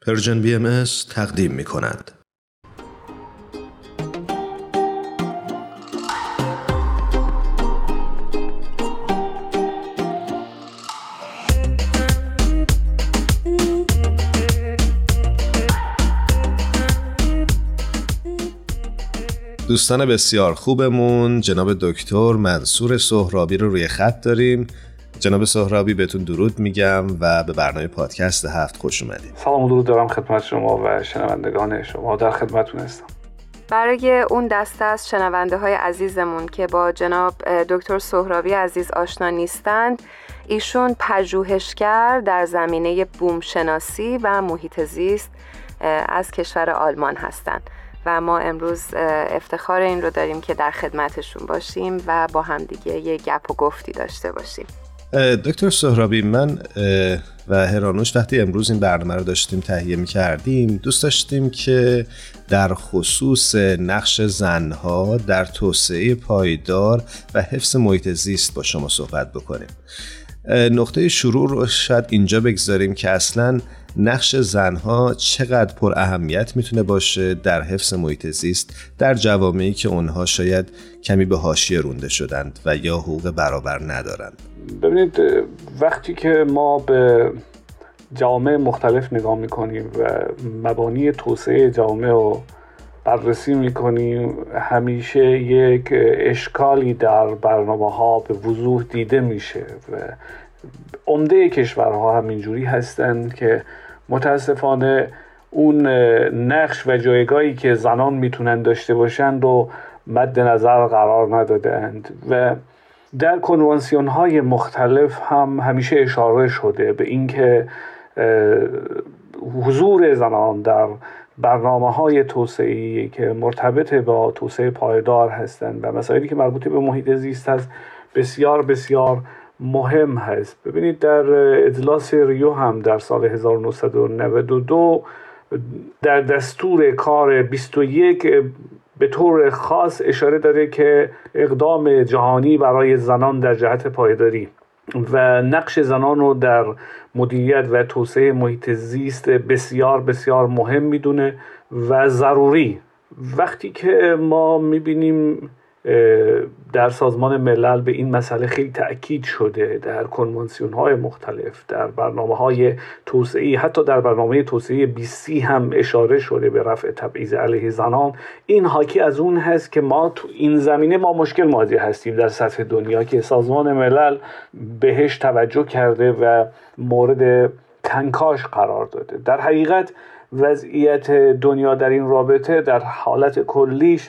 پرژن BMS تقدیم می کند. دوستان بسیار خوبمون جناب دکتر منصور سهرابی رو روی خط داریم. جناب سهرابی بهتون درود میگم و به برنامه پادکست هفت خوش اومدید. سلام و درود دارم خدمت شما و شنوندگان شما، در خدمتتون هستم. برای اون دسته از شنونده های عزیزمون که با جناب دکتر سهرابی عزیز آشنا نیستند، ایشون پژوهشگر در زمینه بومشناسی و محیط زیست از کشور آلمان هستند و ما امروز افتخار این رو داریم که در خدمتشون باشیم و با همدیگه یه گپ و گفتی داشته باشیم. دکتر سهرابی، من و هرانوش وقتی امروز این برنامه رو داشتیم تهیه می‌کردیم دوست داشتیم که در خصوص نقش زنها در توسعه پایدار و حفظ محیط زیست با شما صحبت بکنیم. نقطه شروع رو شاید اینجا بگذاریم که اصلاً نقش زنها چقدر پر اهمیت میتونه باشه در حفظ محیط زیست در جوامعی که اونها شاید کمی به حاشیه رونده شدند و یا حقوق برابر ندارند. ببینید، وقتی که ما به جوامع مختلف نگاه میکنیم و مبانی توسعه جوامع رو بررسی میکنیم، همیشه یک اشکالی در برنامه‌ها به وضوح دیده میشه و عمده کشورها همینجوری هستند که متاسفانه اون نقش و جایگاهی که زنان میتونن داشته باشن رو مد نظر قرار ندادند و در کنوانسیون های مختلف هم همیشه اشاره شده به اینکه حضور زنان در برنامه‌های توسعه‌ای که مرتبط با توسعه پایدار هستند و مسائلی که مربوط به محیط زیست هست بسیار بسیار مهم هست. ببینید، در اجلاس ریو هم در سال 1992 در دستور کار 21 به طور خاص اشاره داره که اقدام جهانی برای زنان در جهت پایداری و نقش زنان رو در مدیریت و توسعه محیط زیست بسیار بسیار مهم میدونه و ضروری. وقتی که ما میبینیم در سازمان ملل به این مسئله خیلی تأکید شده در کنوانسیون های مختلف، در برنامه های توسعه‌ای، حتی در برنامه توسعه 20 هم اشاره شده به رفع تبعیض علیه زنان، این حاکی از اون هست که ما تو این زمینه ما مشکل مواجه هستیم در سطح دنیا که سازمان ملل بهش توجه کرده و مورد کنکاش قرار داده. در حقیقت وضعیت دنیا در این رابطه در حالت کلیش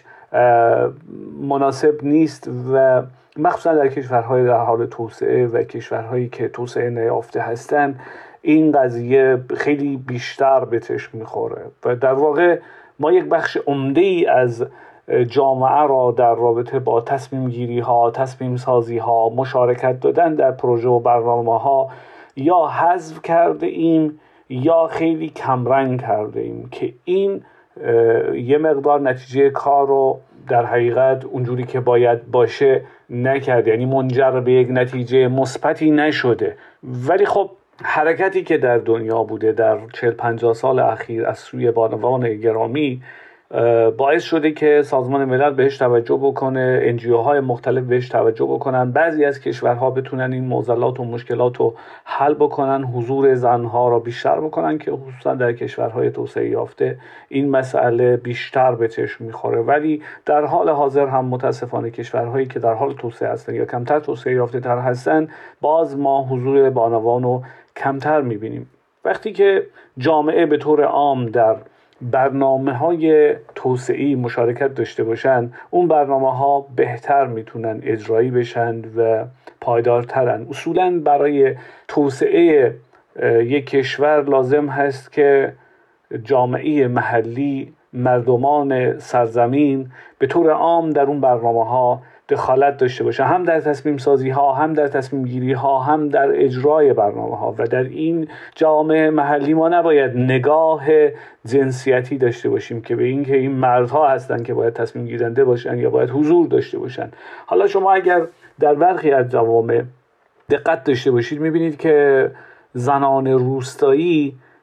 مناسب نیست و مخصوصا در کشورهای در حال توسعه و کشورهایی که توسعه نیافته هستند این قضیه خیلی بیشتر به چشم میخوره و در واقع ما یک بخش عمده‌ای از جامعه را در رابطه با تصمیم گیری ها، تصمیم سازی ها، مشارکت دادن در پروژه و برنامه ها یا حذف کرده ایم یا خیلی کمرنگ کرده ایم که این یه مقدار نتیجه کار رو در حقیقت اونجوری که باید باشه نکرده، یعنی منجر به یک نتیجه مثبتی نشده. ولی خب حرکتی که در دنیا بوده در 40-50 سال اخیر از سوی بانوان گرامی باعث شده که سازمان ملل بهش توجه بکنه، NGO های مختلف بهش توجه بکنن، بعضی از کشورها بتونن این معضلات و مشکلات رو حل بکنن، حضور زنها را بیشتر بکنن که خصوصا در کشورهای توسعه یافته این مسئله بیشتر به چشم میخوره. ولی در حال حاضر هم متاسفانه کشورهایی که در حال توسعه هستن یا کمتر توسعه یافته تر هستن باز ما حضور بانوان رو کمتر میبینیم. وقتی که جامعه به طور عام در برنامه‌های توسعه‌ای مشارکت داشته باشن، اون برنامه‌ها بهتر میتونن اجرایی بشن و پایدارترن. اصولاً برای توسعه یک کشور لازم هست که جامعه محلی، مردمان سرزمین به طور عام در اون برنامه‌ها دخالت داشته باشه، هم در تصمیم سازی ها، هم در تصمیم گیری ها، هم در اجرای برنامه ها. و در این جامعه محلی ما نباید نگاه جنسیتی داشته باشیم که به این که این مردها هستن که باید تصمیم گیرنده باشن یا باید حضور داشته باشن. حالا شما اگر در برخی از جوامع دقت داشته باشید میبینید که زنان روستایی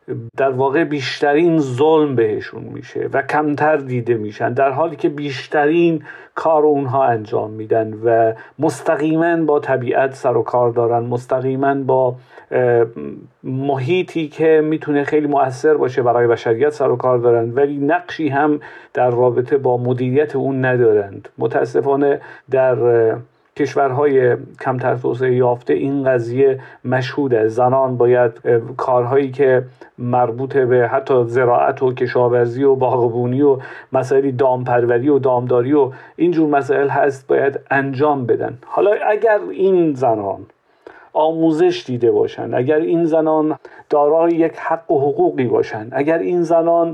در واقع بیشترین ظلم بهشون میشه و کمتر دیده میشن، در حالی که بیشترین کار اونها انجام میدن و مستقیما با طبیعت سر و کار دارن، مستقیما با محیطی که میتونه خیلی مؤثر باشه برای بشریت سر و کار دارن، ولی نقشی هم در رابطه با مدیریت اون ندارند. متاسفانه در کشورهای کمتر توسعه یافته این قضیه مشهوده. زنان باید کارهایی که مربوط به حتی زراعت و کشاورزی و باغبونی و مسائل دامپروری و دامداری و اینجور مسائل هست باید انجام بدن. حالا اگر این زنان آموزش دیده باشن، اگر این زنان دارای یک حق و حقوقی باشن، اگر این زنان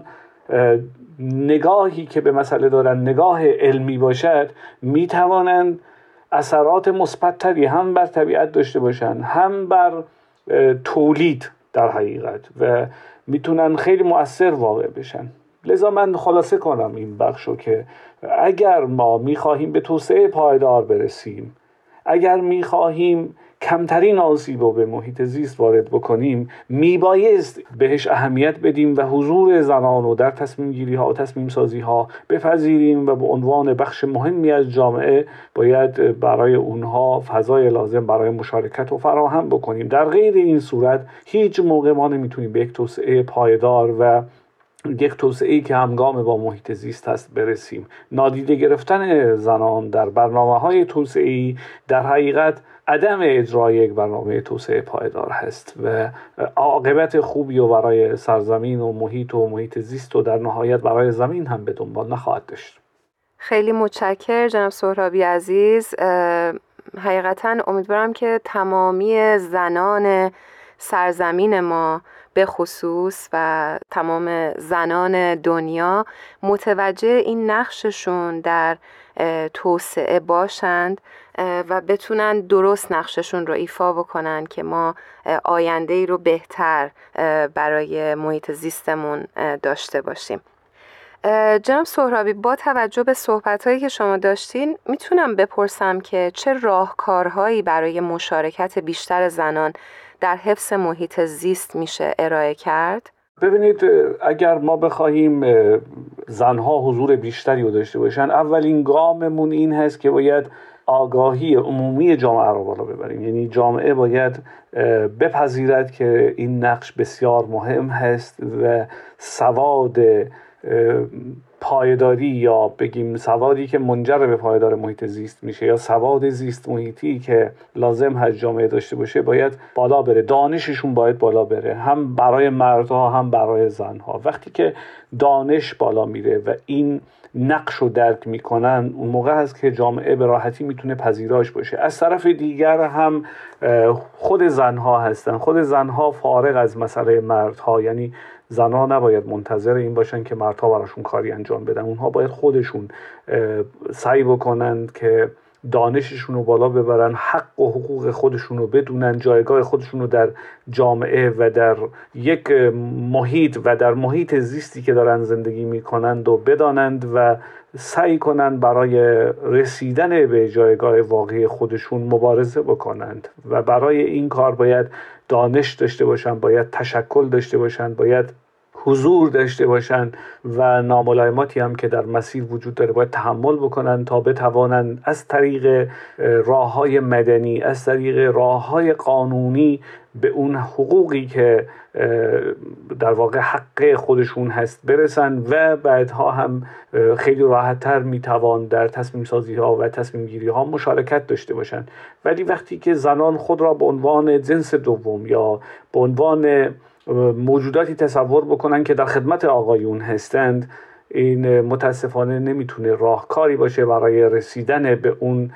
نگاهی که به مسئله دارن نگاه علمی باشد، میتوانند اثرات مثبت‌تری هم بر طبیعت داشته باشن، هم بر تولید در حقیقت، و میتونن خیلی مؤثر واقع بشن. لذا من خلاصه کنم این بخشو که اگر ما میخواهیم به توسعه پایدار برسیم، اگر میخواهیم کمترین آسیب رو به محیط زیست وارد بکنیم، میبایست بهش اهمیت بدیم و حضور زنان رو در تصمیم گیری ها و تصمیم سازی ها بپذیریم و به عنوان بخش مهمی از جامعه باید برای اونها فضای لازم برای مشارکت رو فراهم بکنیم. در غیر این صورت هیچ موقع ما نمیتونیم به یک توسعه پایدار و یک توسعه‌ای که همگام با محیط زیست هست برسیم. نادیده گرفتن زنان در برنامه‌های توسعه‌ای در حقیقت عدم اجرای یک برنامه توسعه پایدار هست و عاقبت خوبی و برای سرزمین و محیط زیست و در نهایت برای زمین هم به دنبال نخواهد داشت. خیلی متشکرم جناب سهرابی عزیز. حقیقتا امیدوارم که تمامی زنان سرزمین ما به خصوص و تمام زنان دنیا متوجه این نقششون در توسعه باشند و بتونن درست نقششون رو ایفا بکنن که ما آینده‌ای رو بهتر برای محیط زیستمون داشته باشیم. جناب سهرابی، با توجه به صحبت‌هایی که شما داشتین میتونم بپرسم که چه راهکارهایی برای مشارکت بیشتر زنان در حفظ محیط زیست میشه ارائه کرد؟ ببینید، اگر ما بخواهیم زنها حضور بیشتری رو داشته باشن، اولین گاممون این هست که باید آگاهی عمومی جامعه رو بالا ببریم. یعنی جامعه باید بپذیرد که این نقش بسیار مهم هست و سواد پایداری یا بگیم سوادی که منجر به پایدار محیط زیست میشه یا سواد زیست محیطی که لازم هست جامعه داشته باشه باید بالا بره. دانششون باید بالا بره، هم برای مردها هم برای زنها. وقتی که دانش بالا میره و این نقش رو درک میکنن، اون موقع هست که جامعه به راحتی میتونه پذیراش باشه. از طرف دیگر هم خود زنها هستن. خود زنها فارغ از مسئله مردها، یعنی زنها نباید منتظر این باشن که مردها براشون کاری انجام بدن. اونها باید خودشون سعی بکنن که دانششون رو بالا ببرن، حق و حقوق خودشون رو بدونن، جایگاه خودشون رو در جامعه و در یک محیط و در محیط زیستی که دارن زندگی میکنند و بدانند و سعی کنند برای رسیدن به جایگاه واقعی خودشون مبارزه بکنند. و برای این کار باید دانش داشته باشن، باید تشکل داشته باشن، باید حضور داشته باشن و ناملایماتی هم که در مسیر وجود داره باید تحمل بکنن تا بتوانن از طریق راه‌های مدنی، از طریق راه‌های قانونی به اون حقوقی که در واقع حق خودشون هست برسن و بعدها هم خیلی راحت‌تر میتوان در تصمیم سازی ها و تصمیم گیری ها مشارکت داشته باشن. ولی وقتی که زنان خود را به عنوان جنس دوم یا به عنوان موجوداتی تصور بکنن که در خدمت آقایون هستند، این متاسفانه نمیتونه راهکاری باشه برای رسیدن به اون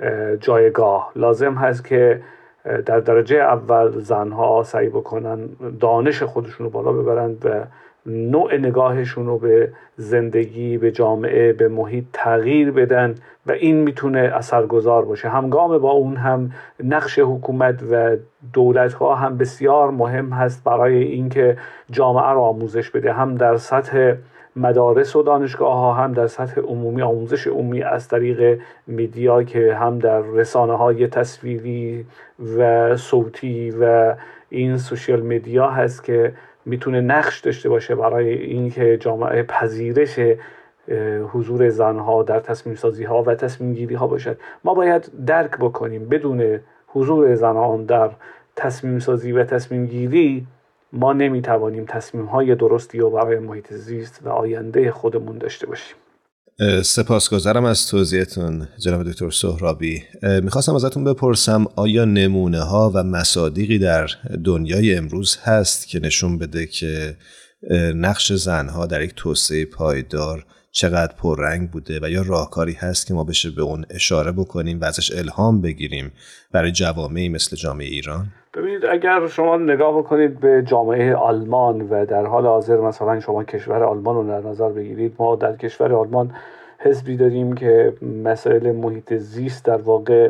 جایگاه. لازم هست که در درجه اول زنها سعی بکنن دانش خودشون رو بالا ببرند و نوع نگاهشون رو به زندگی، به جامعه، به محیط تغییر بدن و این میتونه اثرگذار باشه. همگام با اون هم نقش حکومت و دولت‌ها هم بسیار مهم هست برای اینکه جامعه رو آموزش بده، هم در سطح مدارس و دانشگاه‌ها هم در سطح عمومی، آموزش عمومی از طریق میدیا که هم در رسانه‌های تصویری و صوتی و این سوشیال میدیا هست که میتونه نقش داشته باشه برای اینکه جامعه پذیرش حضور زنها در تصمیم سازی ها و تصمیم گیری ها باشد. ما باید درک بکنیم بدون حضور زنان در تصمیم سازی و تصمیم گیری ما نمیتوانیم تصمیم های درستی رو برای محیط زیست و آینده خودمون داشته باشیم. سپاسگزارم از توضیحتون جناب دکتر سهرابی. میخواستم ازتون بپرسم آیا نمونه ها و مصادیقی در دنیای امروز هست که نشون بده که نقش زنها در یک توسعه پایدار چقدر پررنگ بوده و یا راهکاری هست که ما بشه به اون اشاره بکنیم و ازش الهام بگیریم برای جوامعی مثل جامعه ایران؟ ببینید، اگر شما نگاه بکنید به جامعه آلمان و در حال حاضر مثلا شما کشور آلمان رو در نظر بگیرید، ما در کشور آلمان حزبی داریم که مسائل محیط زیست در واقع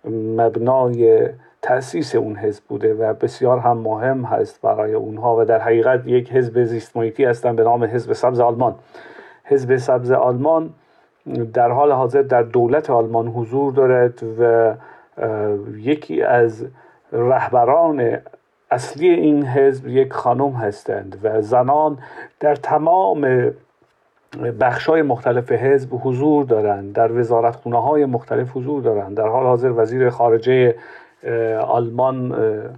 مبنای تأسیس اون حزب بوده و بسیار هم مهم هست برای اونها و در حقیقت یک حزب زیست محیطی هستن به نام حزب سبز آلمان. حزب سبز آلمان در حال حاضر در دولت آلمان حضور دارد و یکی از رهبران اصلی این حزب یک خانم هستند و زنان در تمام بخش‌های مختلف حزب حضور دارند، در وزارتخانه‌های مختلف حضور دارند. در حال حاضر وزیر خارجه آلمان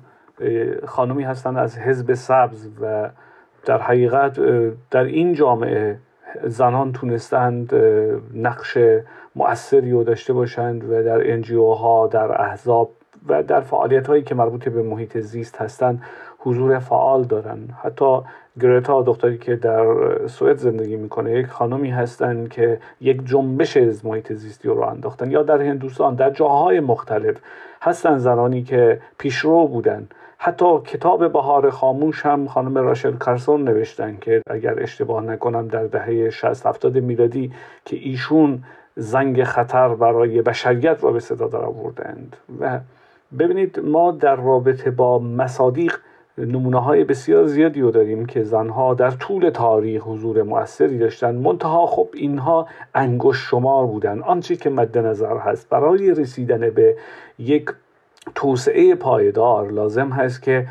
خانمی هستند از حزب سبز و در حقیقت در این جامعه زنان تونستند نقش مؤثری رو داشته باشند و در NGO ها، در احزاب و در فعالیت هایی که مربوط به محیط زیست هستند حضور فعال دارند. حتی گرتا دختری که در سوئد زندگی میکنه یک خانمی هستند که یک جنبش از محیط زیستی رو انداختن. یا در هندوستان در جاهای مختلف هستند زنانی که پیشرو بودن. حتی کتاب بهار خاموش هم خانم راشل کارسون نوشتن که اگر اشتباه نکنم در دهه 60-70 میلادی که ایشون زنگ خطر برای بشریت را به صدا در آوردند. و ببینید ما در رابطه با مصادیق نمونه‌های بسیار زیادی رو داریم که زنها در طول تاریخ حضور مؤثری داشتن، منتها خب اینها انگشت شمار بودن. آنچه که مد نظر هست برای رسیدن به یک توسعه پایدار لازم هست که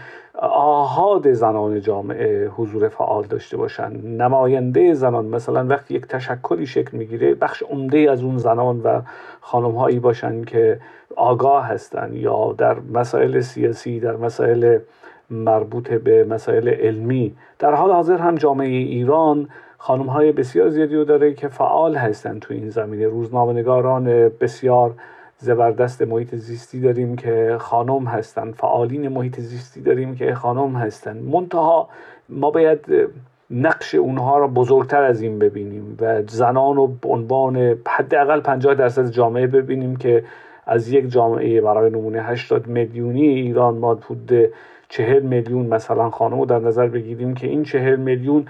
آحاد زنان جامعه حضور فعال داشته باشند. نماینده زنان مثلا وقتی یک تشکلی شکل میگیره بخش عمده از اون زنان و خانم‌هایی باشند که آگاه هستند یا در مسائل سیاسی، در مسائل مربوط به مسائل علمی. در حال حاضر هم جامعه ایران خانم‌های بسیار زیادی رو داره که فعال هستند تو این زمینه. روزنامه‌نگاران بسیار زبردست محیط زیستی داریم که خانم هستن، فعالین محیط زیستی داریم که خانم هستن. منتها ما باید نقش اونها را بزرگتر از این ببینیم و زنان رو به عنوان حداقل 50% جامعه ببینیم که از یک جامعه برای نمونه 80 میلیونی ایران ما حدود 40 میلیون مثلا خانم رو در نظر بگیریم که این 40 میلیون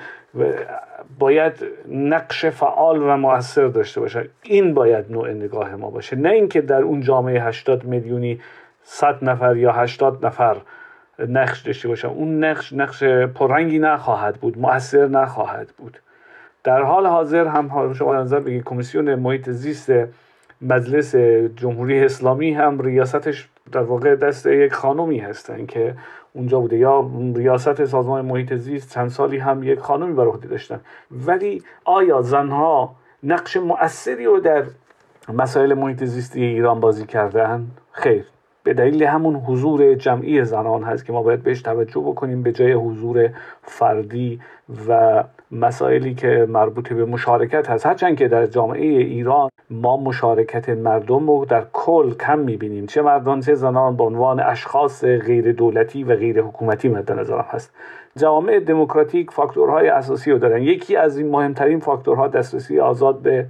باید نقش فعال و مؤثر داشته باشه. این باید نوع نگاه ما باشه، نه اینکه در اون جامعه 80 میلیونی 100 نفر یا 80 نفر نقش داشته باشه. اون نقش پررنگی نخواهد بود، مؤثر نخواهد بود. در حال حاضر هم شما نظر بگید کمیسیون محیط زیست مجلس جمهوری اسلامی هم ریاستش در واقع دست یک خانمی هستن که اونجا بوده، یا ریاست سازمان محیط زیست چند سالی هم یک خانمی بر عهده داشتن. ولی آیا زنها نقش مؤثری رو در مسائل محیط زیستی ایران بازی کردن؟ خیر، به دلیل همون حضور جمعی زنان هست که ما باید بهش توجه بکنیم به جای حضور فردی و مسائلی که مربوط به مشارکت هست. هرچند که در جامعه ایران ما مشارکت مردم رو در کل کم می‌بینیم، چه مردان چه زنان به عنوان اشخاص غیر دولتی و غیر حکومتی مد نظر هست. جوامع دموکراتیک فاکتورهای اساسی رو دارن. یکی از این مهمترین فاکتورها دسترسی آزاد به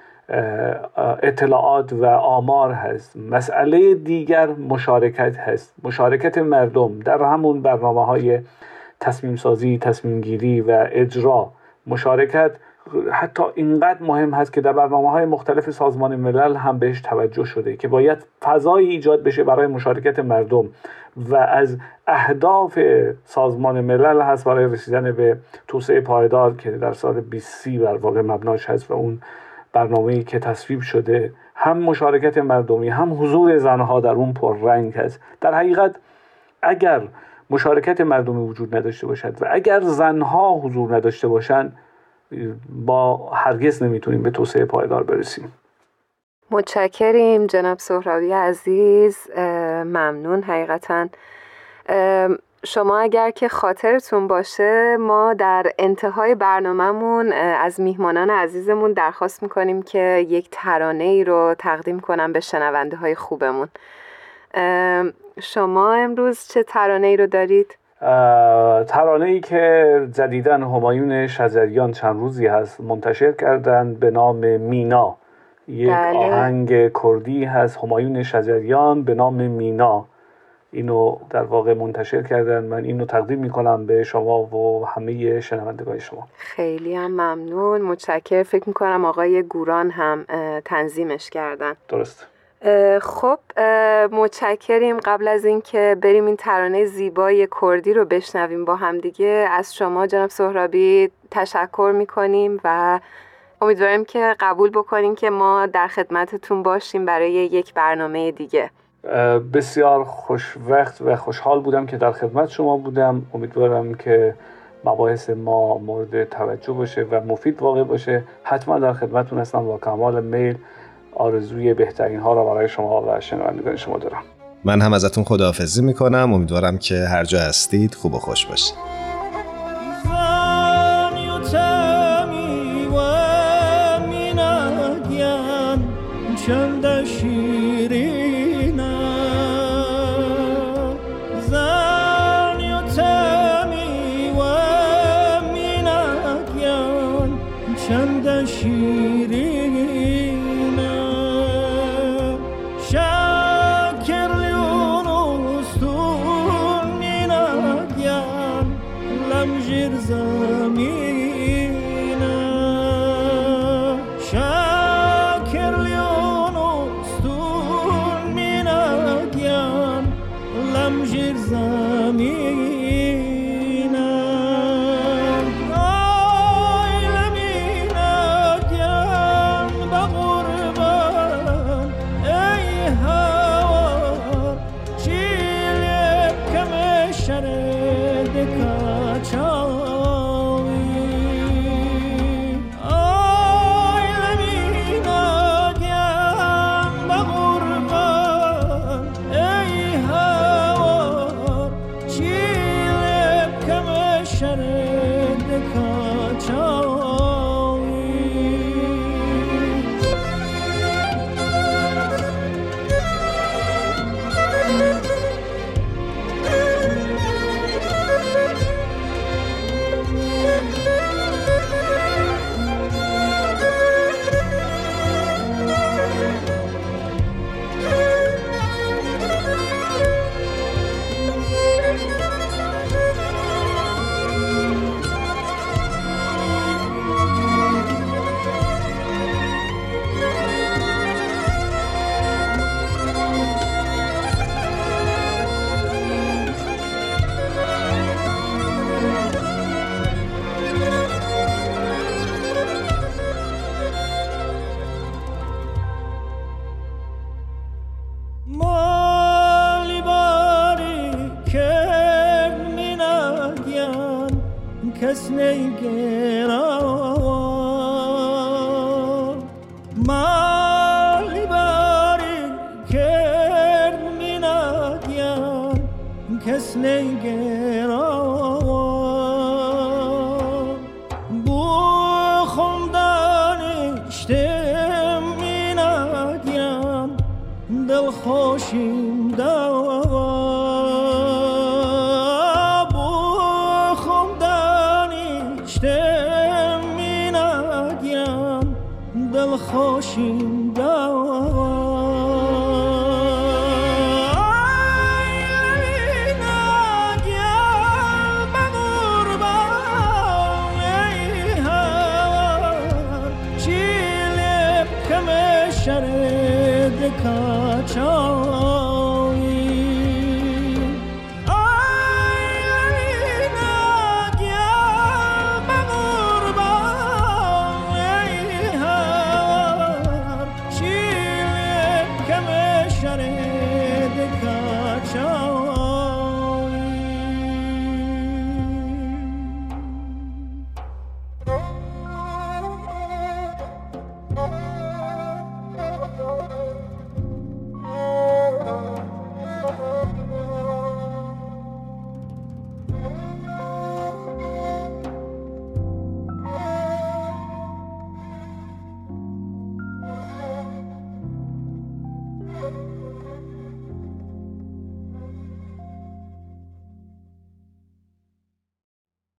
اطلاعات و آمار هست. مسئله دیگر مشارکت هست، مشارکت مردم در همون برنامه‌های تصمیم سازی، تصمیم گیری و اجرا. مشارکت حتی اینقدر مهم هست که در برنامه‌های مختلف سازمان ملل هم بهش توجه شده که باید فضایی ایجاد بشه برای مشارکت مردم و از اهداف سازمان ملل هست برای رسیدن به توسعه پایدار که در سال 2030 در واقع مبناش هست و اون برنامه‌ای که تصویب شده هم مشارکت مردمی هم حضور زنها در اون پررنگ هست. در حقیقت اگر مشارکت مردمی وجود نداشته باشد و اگر زنها حضور نداشته باشند با هرگز نمیتونیم به توسعه پایدار برسیم. متشکریم جناب سهرابی عزیز، ممنون. حقیقتاً شما اگر که خاطرتون باشه ما در انتهای برنامه‌مون از میهمانان عزیزمون درخواست میکنیم که یک ترانه ای رو تقدیم کنن به شنونده های خوبمون. شما امروز چه ترانه ای رو دارید؟ ترانه ای که جدیداً همایون شجریان چند روزی هست منتشر کردن به نام مینا. یک آهنگ کردی هست همایون شجریان به نام مینا، اینو در واقع منتشر کردن. من اینو تقدیم میکنم به شما و همه شنوندگان شما. خیلی هم ممنون، متشکرم. فکر میکنم آقای گوران هم تنظیمش کردن. درست. خب متشکریم. قبل از اینکه بریم این ترانه زیبای کردی رو بشنویم با هم دیگه، از شما جناب سهرابی تشکر میکنیم و امیدواریم که قبول بکنیم که ما در خدمتتون باشیم برای یک برنامه دیگه. بسیار خوش وقت و خوشحال بودم که در خدمت شما بودم. امیدوارم که مباحث ما مورد توجه باشه و مفید واقع باشه. حتما در خدمتتون هستم با کمال میل. آرزوی بهترین ها را برای شما و شنوندگان شما دارم. من هم ازتون خداحافظی میکنم. امیدوارم که هر جا هستید خوب و خوش باشید. چند شیرینه زن یتمی و مینگیان چند شیرینه شکر لیونستون مینگیان لمجیر زمینه شکر لمجیر زمینه آی لمینگیم به قربان ای هوا چیلیم کم شرد کچاوی آی لمینگیم به قربان ای شرد کچاوی کس نگرا مالی باری کرد مینادیان کس نگرا بو خوندانشتم مینادیان دل خوشیم دوا خوشیم دوا ای نگیم به قربان ای هوا چیلیم کم شرد کچاوی شرد کچاوی